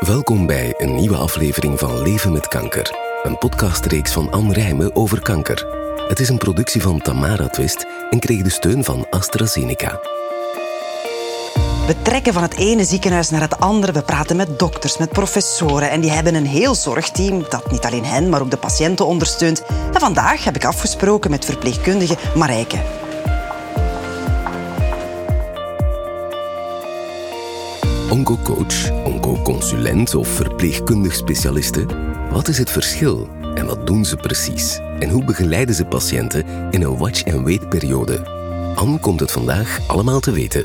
Welkom bij een nieuwe aflevering van Leven met Kanker. Een podcastreeks van Anne Rijmen over kanker. Het is een productie van Tamara Twist en kreeg de steun van AstraZeneca. We trekken van het ene ziekenhuis naar het andere. We praten met dokters, met professoren. En die hebben een heel zorgteam dat niet alleen hen, maar ook de patiënten ondersteunt. En vandaag heb ik afgesproken met verpleegkundige Marijke. Oncocoach, oncoconsulent of verpleegkundig specialiste. Wat is het verschil en wat doen ze precies? En hoe begeleiden ze patiënten in een watch-and-wait-periode? Anne komt het vandaag allemaal te weten.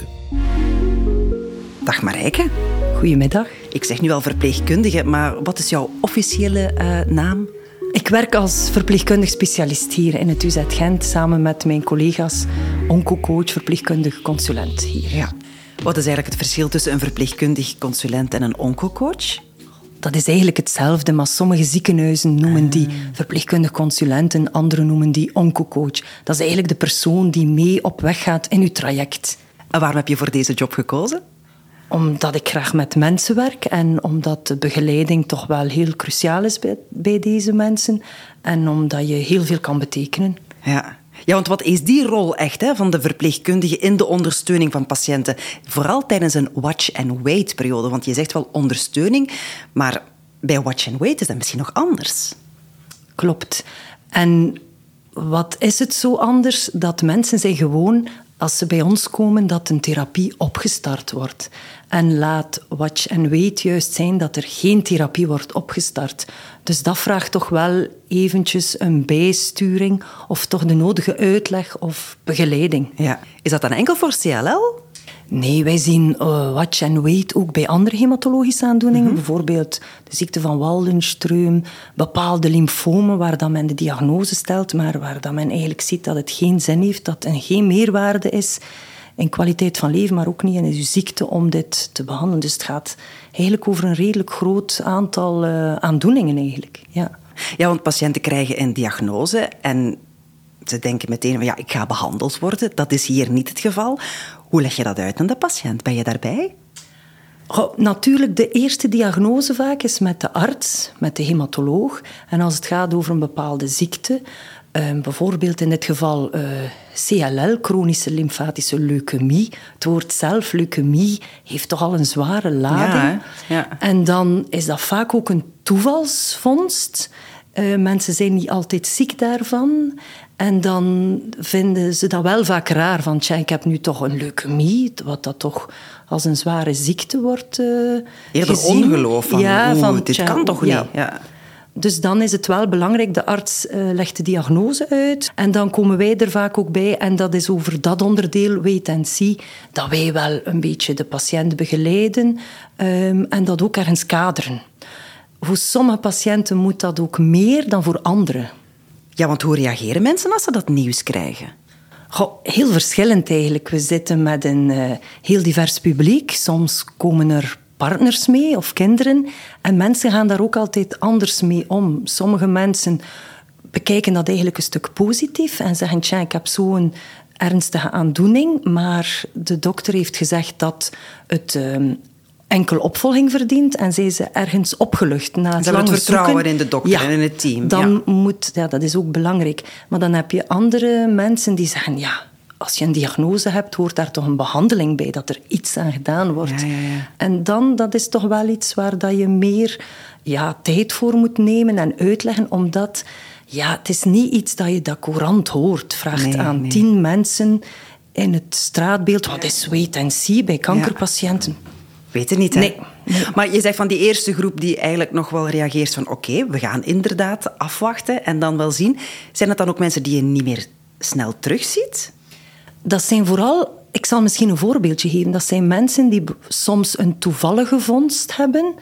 Dag Marijke. Goedemiddag. Ik zeg nu al verpleegkundige, maar wat is jouw officiële naam? Ik werk als verpleegkundig specialist hier in het UZ Gent, samen met mijn collega's oncocoach, verpleegkundig consulent hier. Ja. Wat is eigenlijk het verschil tussen een verpleegkundig consulent en een oncocoach? Dat is eigenlijk hetzelfde, maar sommige ziekenhuizen noemen die verpleegkundig consulent en anderen noemen die oncocoach. Dat is eigenlijk de persoon die mee op weg gaat in uw traject. En waarom heb je voor deze job gekozen? Omdat ik graag met mensen werk en omdat de begeleiding toch wel heel cruciaal is bij deze mensen. En omdat je heel veel kan betekenen. Ja, want wat is die rol echt van de verpleegkundige in de ondersteuning van patiënten? Vooral tijdens een watch-and-wait-periode. Want je zegt wel ondersteuning, maar bij watch-and-wait is dat misschien nog anders. Klopt. En wat is het zo anders? Dat mensen zijn gewoon, als ze bij ons komen, dat een therapie opgestart wordt. En laat watch-and-wait juist zijn dat er geen therapie wordt opgestart. Dus dat vraagt toch wel eventjes een bijsturing of toch de nodige uitleg of begeleiding. Ja. Is dat dan enkel voor CLL? Nee, wij zien watch-and-wait ook bij andere hematologische aandoeningen. Bijvoorbeeld de ziekte van Waldenström, bepaalde lymfomen waar dan men de diagnose stelt, maar waar dan men eigenlijk ziet dat het geen zin heeft, dat er geen meerwaarde is in kwaliteit van leven, maar ook niet in uw ziekte om dit te behandelen. Dus het gaat eigenlijk over een redelijk groot aantal aandoeningen eigenlijk. Ja, want patiënten krijgen een diagnose en ze denken meteen van ik ga behandeld worden. Dat is hier niet het geval. Hoe leg je dat uit aan de patiënt? Ben je daarbij? Natuurlijk, de eerste diagnose vaak is met de arts, met de hematoloog. En als het gaat over een bepaalde ziekte, bijvoorbeeld in dit geval CLL, chronische lymfatische leukemie. Het woord zelf, leukemie, heeft toch al een zware lading. Ja. En dan is dat vaak ook een toevalsvondst. Mensen zijn niet altijd ziek daarvan. En dan vinden ze dat wel vaak raar. Van, ik heb nu toch een leukemie, wat dat toch als een zware ziekte wordt Eerder gezien. Ongeloof van, dit kan toch niet? Ja. Dus dan is het wel belangrijk, de arts legt de diagnose uit. En dan komen wij er vaak ook bij. En dat is over dat onderdeel, wait and see, dat wij wel een beetje de patiënt begeleiden. En dat ook ergens kaderen. Voor sommige patiënten moet dat ook meer dan voor anderen. Ja, want hoe reageren mensen als ze dat nieuws krijgen? Heel verschillend eigenlijk. We zitten met een heel divers publiek. Soms komen er partners mee of kinderen. En mensen gaan daar ook altijd anders mee om. Sommige mensen bekijken dat eigenlijk een stuk positief en zeggen, ik heb zo'n ernstige aandoening, maar de dokter heeft gezegd dat het enkel opvolging verdient en zijn ze ergens opgelucht. Na het ze hebben het vertrouwen zoeken, in de dokter en in het team. Dan moet, dat is ook belangrijk. Maar dan heb je andere mensen die zeggen, als je een diagnose hebt, hoort daar toch een behandeling bij, dat er iets aan gedaan wordt. Ja. En dan, dat is toch wel iets waar dat je meer tijd voor moet nemen en uitleggen, omdat het is niet iets dat je dat courant hoort. Vraagt aan 10 mensen in het straatbeeld, wat is wait and see bij kankerpatiënten? Weet het niet, hè? Nee. Maar je zegt van die eerste groep die eigenlijk nog wel reageert van oké, we gaan inderdaad afwachten en dan wel zien. Zijn het dan ook mensen die je niet meer snel terugziet? Dat zijn vooral, ik zal misschien een voorbeeldje geven, dat zijn mensen die soms een toevallige vondst hebben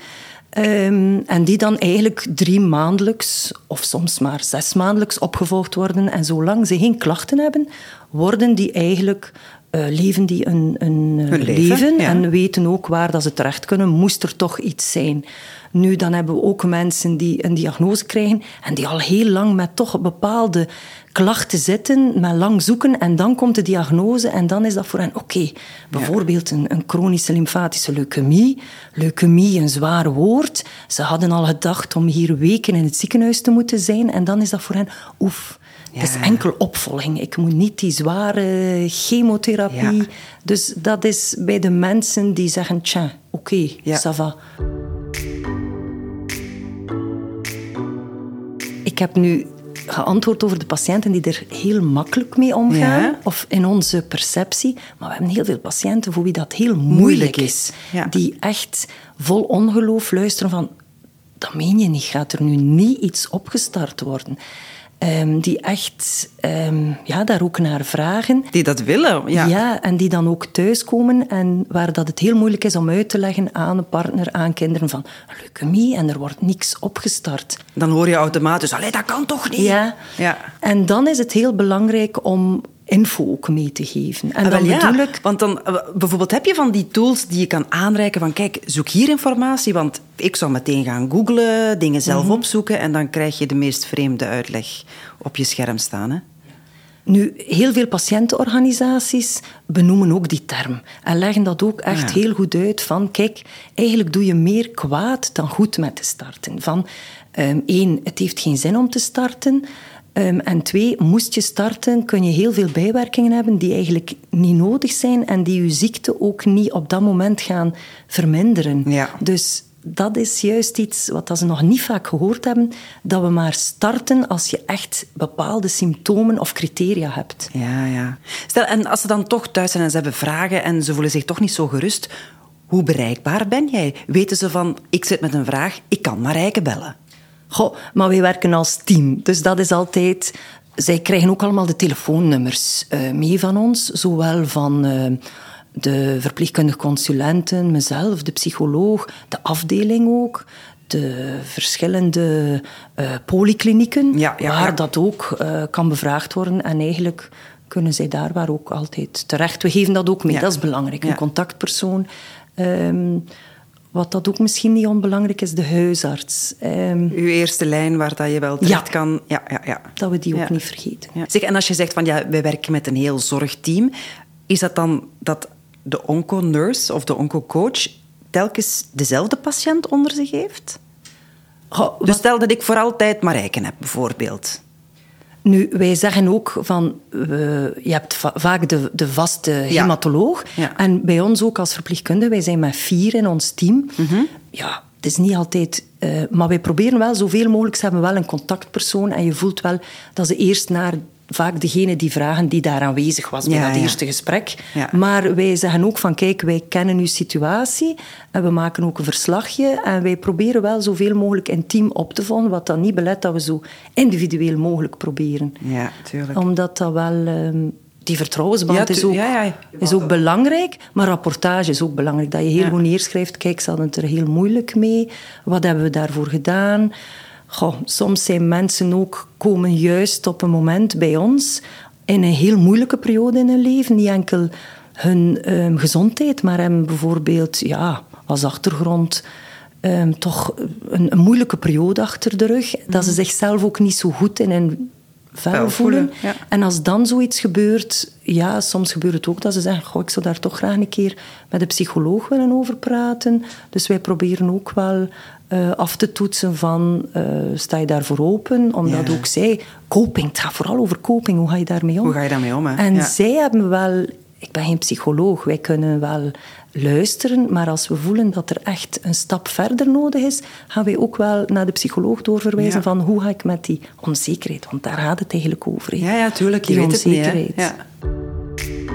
en die dan eigenlijk 3 maandelijks of soms maar 6 maandelijks opgevolgd worden. En zolang ze geen klachten hebben, worden die eigenlijk leven die een leven en weten ook waar dat ze terecht kunnen, moest er toch iets zijn. Nu, dan hebben we ook mensen die een diagnose krijgen en die al heel lang met toch bepaalde klachten zitten, met lang zoeken en dan komt de diagnose en dan is dat voor hen oké. Bijvoorbeeld een chronische lymfatische leukemie. Leukemie, een zwaar woord. Ze hadden al gedacht om hier weken in het ziekenhuis te moeten zijn en dan is dat voor hen oef. Het is enkel opvolging. Ik moet niet die zware chemotherapie. Ja. Dus dat is bij de mensen die zeggen, tja, oké, ça va. Ik heb nu geantwoord over de patiënten die er heel makkelijk mee omgaan, of in onze perceptie. Maar we hebben heel veel patiënten voor wie dat heel moeilijk is. Ja. Die echt vol ongeloof luisteren van, dat meen je niet, gaat er nu niet iets opgestart worden? Die echt daar ook naar vragen. Die dat willen, Ja, en die dan ook thuiskomen en waar dat het heel moeilijk is om uit te leggen aan een partner, aan kinderen van leukemie en er wordt niks opgestart. Dan hoor je automatisch, allee, dat kan toch niet? Ja. En dan is het heel belangrijk om info ook mee te geven. En dan bedoel ik... Want dan, bijvoorbeeld heb je van die tools die je kan aanreiken van kijk, zoek hier informatie, want ik zou meteen gaan googlen, dingen zelf opzoeken en dan krijg je de meest vreemde uitleg op je scherm staan, hè? Nu, heel veel patiëntenorganisaties benoemen ook die term en leggen dat ook echt heel goed uit van kijk, eigenlijk doe je meer kwaad dan goed met te starten. Van 1, het heeft geen zin om te starten. En 2, moest je starten, kun je heel veel bijwerkingen hebben die eigenlijk niet nodig zijn en die je ziekte ook niet op dat moment gaan verminderen. Ja. Dus dat is juist iets wat ze nog niet vaak gehoord hebben, dat we maar starten als je echt bepaalde symptomen of criteria hebt. Ja. Stel, en als ze dan toch thuis zijn en ze hebben vragen en ze voelen zich toch niet zo gerust, hoe bereikbaar ben jij? Weten ze van, ik zit met een vraag, ik kan Marijke bellen? Goh, maar wij werken als team. Dus dat is altijd... Zij krijgen ook allemaal de telefoonnummers mee van ons. Zowel van de verpleegkundige consulenten, mezelf, de psycholoog, de afdeling ook. De verschillende polyklinieken, waar dat ook kan bevraagd worden. En eigenlijk kunnen zij daar waar ook altijd terecht. We geven dat ook mee, dat is belangrijk. Een contactpersoon... Wat dat ook misschien niet onbelangrijk is, de huisarts. Uw eerste lijn waar dat je wel terecht kan. Ja. Dat we die ook niet vergeten. Ja. Zeg, en als je zegt van wij werken met een heel zorgteam, is dat dan dat de onco-nurse of de onco-coach telkens dezelfde patiënt onder zich heeft? Dus stel dat ik voor altijd Marijke heb, bijvoorbeeld. Nu, wij zeggen ook van... je hebt vaak de vaste hematoloog. Ja. En bij ons ook als verpleegkundige, wij zijn met 4 in ons team. Mm-hmm. Ja, het is niet altijd... maar wij proberen wel zoveel mogelijk. Ze hebben wel een contactpersoon. En je voelt wel dat ze eerst naar... Vaak degene die vragen die daar aanwezig was bij dat eerste gesprek. Ja. Maar wij zeggen ook van, kijk, wij kennen uw situatie en we maken ook een verslagje en wij proberen wel zoveel mogelijk intiem op te volgen, wat dan niet belet dat we zo individueel mogelijk proberen. Ja, tuurlijk. Omdat dat wel... die vertrouwensband is ook belangrijk, maar rapportage is ook belangrijk. Dat je heel goed neerschrijft, kijk, ze hadden het er heel moeilijk mee. Wat hebben we daarvoor gedaan? Soms zijn mensen ook komen juist op een moment bij ons in een heel moeilijke periode in hun leven. Niet enkel hun gezondheid, maar hebben bijvoorbeeld als achtergrond toch een moeilijke periode achter de rug. Dat ze zichzelf ook niet zo goed in hun vel voelen. Ja. En als dan zoiets gebeurt, soms gebeurt het ook dat ze zeggen, ik zou daar toch graag een keer met een psycholoog willen over praten. Dus wij proberen ook wel af te toetsen van, sta je daarvoor open? Omdat ook zij, coping, het gaat vooral over coping, hoe ga je daarmee om? Hoe ga je daarmee om, hè? En zij hebben wel, ik ben geen psycholoog, wij kunnen wel luisteren, maar als we voelen dat er echt een stap verder nodig is, gaan wij ook wel naar de psycholoog doorverwijzen van hoe ga ik met die onzekerheid, want daar gaat het eigenlijk over. He. Ja, tuurlijk, je weet onzekerheid. Het niet, hè?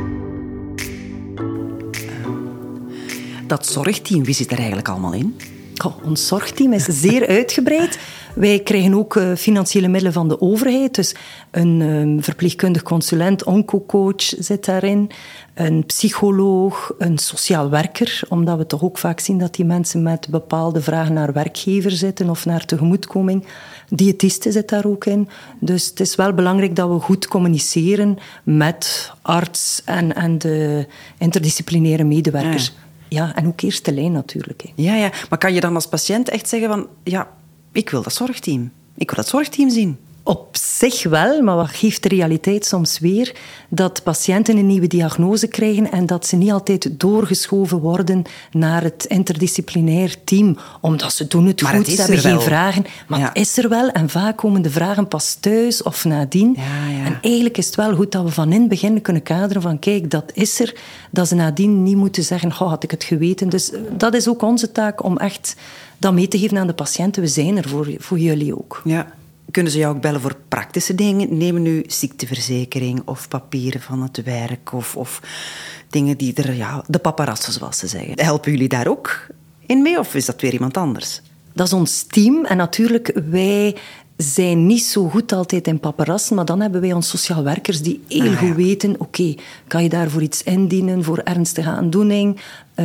Dat zorgteam, wie zit er eigenlijk allemaal in? Ons zorgteam is zeer uitgebreid. Wij krijgen ook financiële middelen van de overheid. Dus een verpleegkundig consulent, oncocoach zit daarin. Een psycholoog, een sociaal werker. Omdat we toch ook vaak zien dat die mensen met bepaalde vragen naar werkgever zitten of naar tegemoetkoming. Diëtiste zit daar ook in. Dus het is wel belangrijk dat we goed communiceren met arts en de interdisciplinaire medewerkers. Ja, en ook eerste lijn natuurlijk. Hè. Ja, maar kan je dan als patiënt echt zeggen van... Ja, ik wil dat zorgteam. Ik wil dat zorgteam zien. Op zich wel, maar wat geeft de realiteit soms weer? Dat patiënten een nieuwe diagnose krijgen en dat ze niet altijd doorgeschoven worden naar het interdisciplinair team. Omdat ze doen het goed, ze hebben geen vragen. Maar het is er wel en vaak komen de vragen pas thuis of nadien. Ja. En eigenlijk is het wel goed dat we van in het begin kunnen kaderen van kijk, dat is er. Dat ze nadien niet moeten zeggen, had ik het geweten. Dus dat is ook onze taak om echt dat mee te geven aan de patiënten. We zijn er voor jullie ook. Ja. Kunnen ze jou ook bellen voor praktische dingen? Neem nu ziekteverzekering of papieren van het werk of dingen die er... de paparazzen, zoals ze zeggen. Helpen jullie daar ook in mee of is dat weer iemand anders? Dat is ons team en natuurlijk, wij zijn niet zo goed altijd in paparassen, maar dan hebben wij ons sociaal werkers die heel goed weten, oké, kan je daarvoor iets indienen voor ernstige aandoening?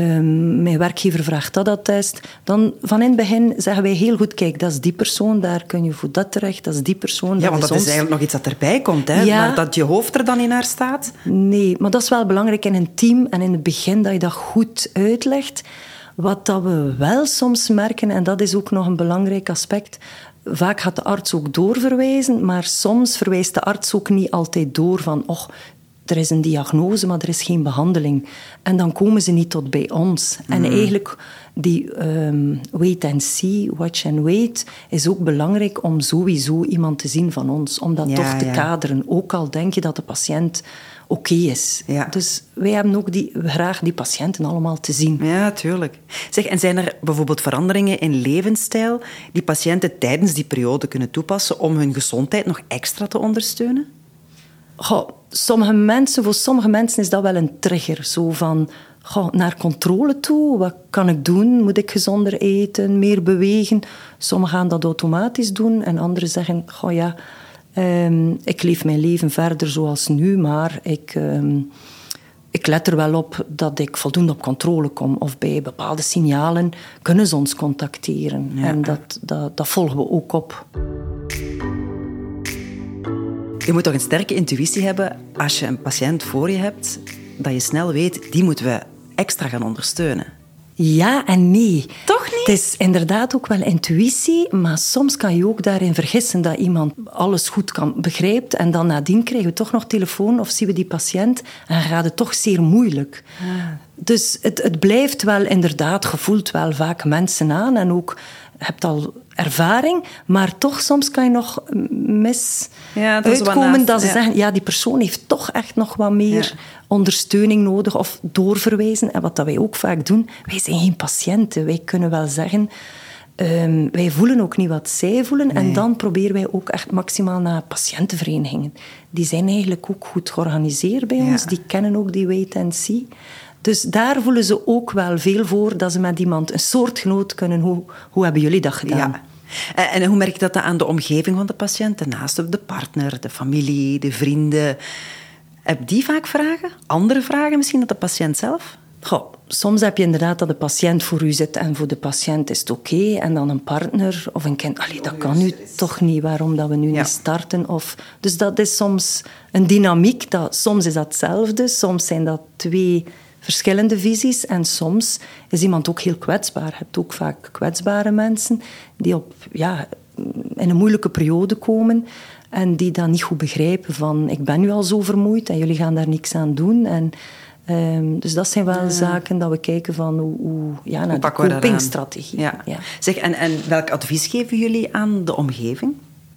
Mijn werkgever vraagt dat attest. Dan van in het begin zeggen wij heel goed, kijk, dat is die persoon, daar kun je voor dat terecht, dat is die persoon. Ja, want dat is eigenlijk nog iets dat erbij komt, hè? Ja. Maar dat je hoofd er dan in naar staat? Nee, maar dat is wel belangrijk in een team en in het begin dat je dat goed uitlegt. Wat dat we wel soms merken, en dat is ook nog een belangrijk aspect, vaak gaat de arts ook doorverwijzen, maar soms verwijst de arts ook niet altijd door van er is een diagnose, maar er is geen behandeling. En dan komen ze niet tot bij ons. En eigenlijk die wait and see, watch and wait, is ook belangrijk om sowieso iemand te zien van ons. Om dat toch te kaderen. Ook al denk je dat de patiënt oké is. Ja. Dus wij hebben ook graag die patiënten allemaal te zien. Ja, tuurlijk. Zeg, en zijn er bijvoorbeeld veranderingen in levensstijl die patiënten tijdens die periode kunnen toepassen om hun gezondheid nog extra te ondersteunen? Voor sommige mensen is dat wel een trigger. Zo van, naar controle toe, wat kan ik doen? Moet ik gezonder eten, meer bewegen? Sommigen gaan dat automatisch doen en anderen zeggen, ik leef mijn leven verder zoals nu, maar ik let er wel op dat ik voldoende op controle kom. Of bij bepaalde signalen kunnen ze ons contacteren. Ja. En dat volgen we ook op. Je moet toch een sterke intuïtie hebben als je een patiënt voor je hebt, dat je snel weet, die moeten we extra gaan ondersteunen. Ja en nee. Toch niet? Het is inderdaad ook wel intuïtie, maar soms kan je ook daarin vergissen dat iemand alles goed begrijpt en dan nadien krijgen we toch nog telefoon of zien we die patiënt en gaat het toch zeer moeilijk. Dus het blijft wel inderdaad, gevoeld wel vaak mensen aan en ook je hebt al ervaring, maar toch soms kan je nog uitkomen dat ze zeggen, die persoon heeft toch echt nog wat meer ondersteuning nodig of doorverwijzen. En wat dat wij ook vaak doen, wij zijn geen patiënten. Wij kunnen wel zeggen, wij voelen ook niet wat zij voelen. Nee. En dan proberen wij ook echt maximaal naar patiëntenverenigingen. Die zijn eigenlijk ook goed georganiseerd bij ons. Die kennen ook die wait and see. Dus daar voelen ze ook wel veel voor dat ze met iemand een soortgenoot kunnen. Hoe hebben jullie dat gedaan? Ja. En hoe merk je dat aan de omgeving van de patiënt? Naast de partner, de familie, de vrienden. Heb die vaak vragen? Andere vragen misschien dan de patiënt zelf? Soms heb je inderdaad dat de patiënt voor u zit en voor de patiënt is het oké. En dan een partner of een kind. Dat kan nu toch niet, waarom dat we nu niet starten? Dus dat is soms een dynamiek. Soms is dat hetzelfde, soms zijn dat twee verschillende visies. En soms is iemand ook heel kwetsbaar. Je hebt ook vaak kwetsbare mensen die in een moeilijke periode komen en die dan niet goed begrijpen van ik ben nu al zo vermoeid en jullie gaan daar niks aan doen. En dus dat zijn wel zaken dat we kijken van hoe naar de copingstrategie. Ja. Zeg, en welk advies geven jullie aan de omgeving?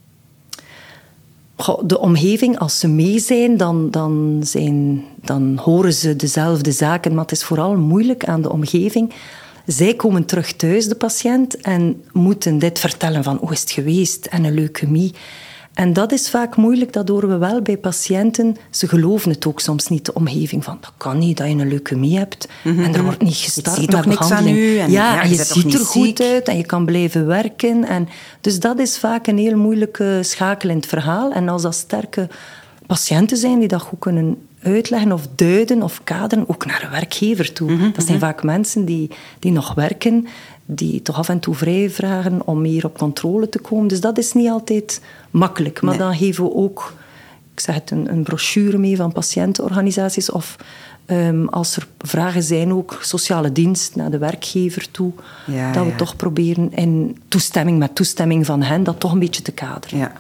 De omgeving, als ze mee zijn, dan horen ze dezelfde zaken. Maar het is vooral moeilijk aan de omgeving. Zij komen terug thuis, de patiënt, en moeten dit vertellen van hoe is het geweest en een leukemie. En dat is vaak moeilijk, dat horen we wel bij patiënten. Ze geloven het ook soms niet, de omgeving, van dat kan niet, dat je een leukemie hebt. En er wordt niet gestart met behandeling. Niks aan u. En, en je ziet er goed ziek uit en je kan blijven werken. En dus dat is vaak een heel moeilijke schakel in het verhaal. En als dat sterke patiënten zijn die dat goed kunnen uitleggen of duiden of kaderen, ook naar een werkgever toe. Dat zijn vaak mensen die nog werken, die toch af en toe vrij vragen om meer op controle te komen. Dus dat is niet altijd makkelijk. Maar dan geven we ook, ik zeg het, een brochure mee van patiëntenorganisaties of als er vragen zijn, ook sociale dienst naar de werkgever toe. Dat we toch proberen in toestemming van hen dat toch een beetje te kaderen. Ja.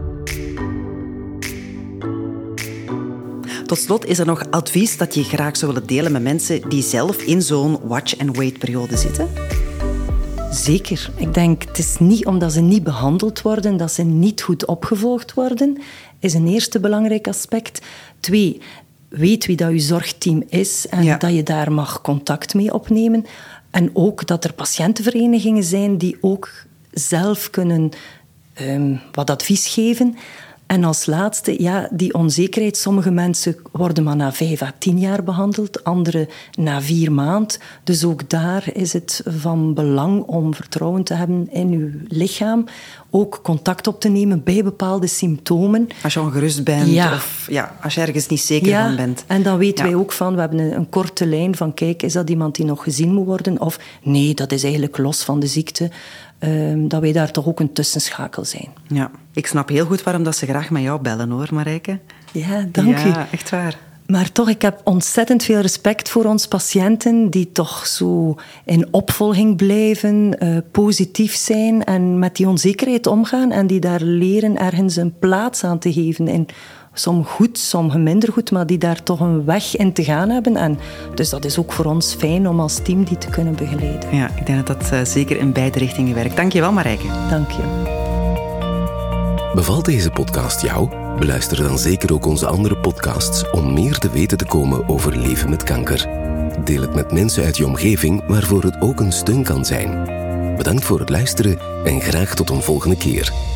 Tot slot, is er nog advies dat je graag zou willen delen met mensen die zelf in zo'n watch-and-wait-periode zitten? Zeker. Ik denk, het is niet omdat ze niet behandeld worden, dat ze niet goed opgevolgd worden, is een eerste belangrijk aspect. 2, weet wie dat je zorgteam is en dat je daar mag contact mee opnemen. En ook dat er patiëntenverenigingen zijn die ook zelf kunnen wat advies geven. En als laatste, die onzekerheid. Sommige mensen worden maar na 5 à 10 jaar behandeld, anderen na 4 maanden. Dus ook daar is het van belang om vertrouwen te hebben in uw lichaam. Ook contact op te nemen bij bepaalde symptomen. Als je ongerust bent of als je ergens niet zeker van bent. En dan weten wij ook van, we hebben een korte lijn van, kijk, is dat iemand die nog gezien moet worden? Of nee, dat is eigenlijk los van de ziekte. Dat wij daar toch ook een tussenschakel zijn. Ja, ik snap heel goed waarom dat ze graag met jou bellen, hoor, Marijke. Ja, dank u. Ja, echt waar. Maar toch, ik heb ontzettend veel respect voor ons patiënten die toch zo in opvolging blijven, positief zijn en met die onzekerheid omgaan en die daar leren ergens een plaats aan te geven. En sommige goed, sommige minder goed, maar die daar toch een weg in te gaan hebben. En dus dat is ook voor ons fijn om als team die te kunnen begeleiden. Ja, ik denk dat dat zeker in beide richtingen werkt. Dank je wel, Marijke. Dank je. Bevalt deze podcast jou? Beluister dan zeker ook onze andere podcasts om meer te weten te komen over leven met kanker. Deel het met mensen uit je omgeving waarvoor het ook een steun kan zijn. Bedankt voor het luisteren en graag tot een volgende keer.